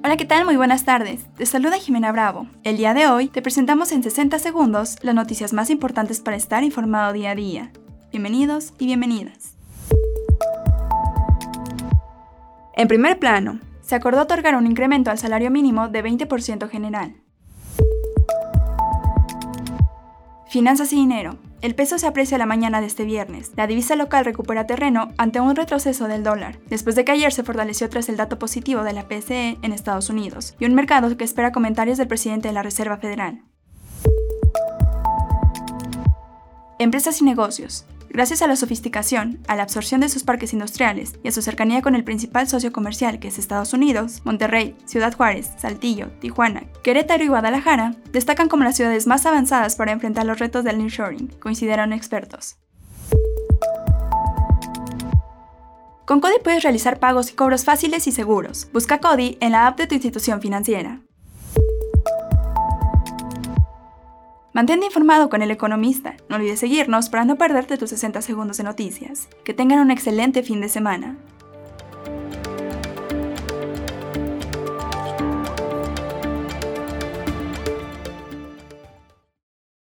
Hola, ¿qué tal? Muy buenas tardes. Te saluda Jimena Bravo. El día de hoy te presentamos en 60 segundos las noticias más importantes para estar informado día a día. Bienvenidos y bienvenidas. En primer plano, se acordó otorgar un incremento al salario mínimo de 20% general. Finanzas y dinero. El peso se aprecia la mañana de este viernes. La divisa local recupera terreno ante un retroceso del dólar, después de que ayer se fortaleció tras el dato positivo de la PCE en Estados Unidos, y un mercado que espera comentarios del presidente de la Reserva Federal. Empresas y negocios. Gracias a la sofisticación, a la absorción de sus parques industriales y a su cercanía con el principal socio comercial que es Estados Unidos, Monterrey, Ciudad Juárez, Saltillo, Tijuana, Querétaro y Guadalajara destacan como las ciudades más avanzadas para enfrentar los retos del nearshoring, coincidieron expertos. Con Codi puedes realizar pagos y cobros fáciles y seguros. Busca Codi en la app de tu institución financiera. Mantente informado con El Economista. No olvides seguirnos para no perderte tus 60 segundos de noticias. Que tengan un excelente fin de semana.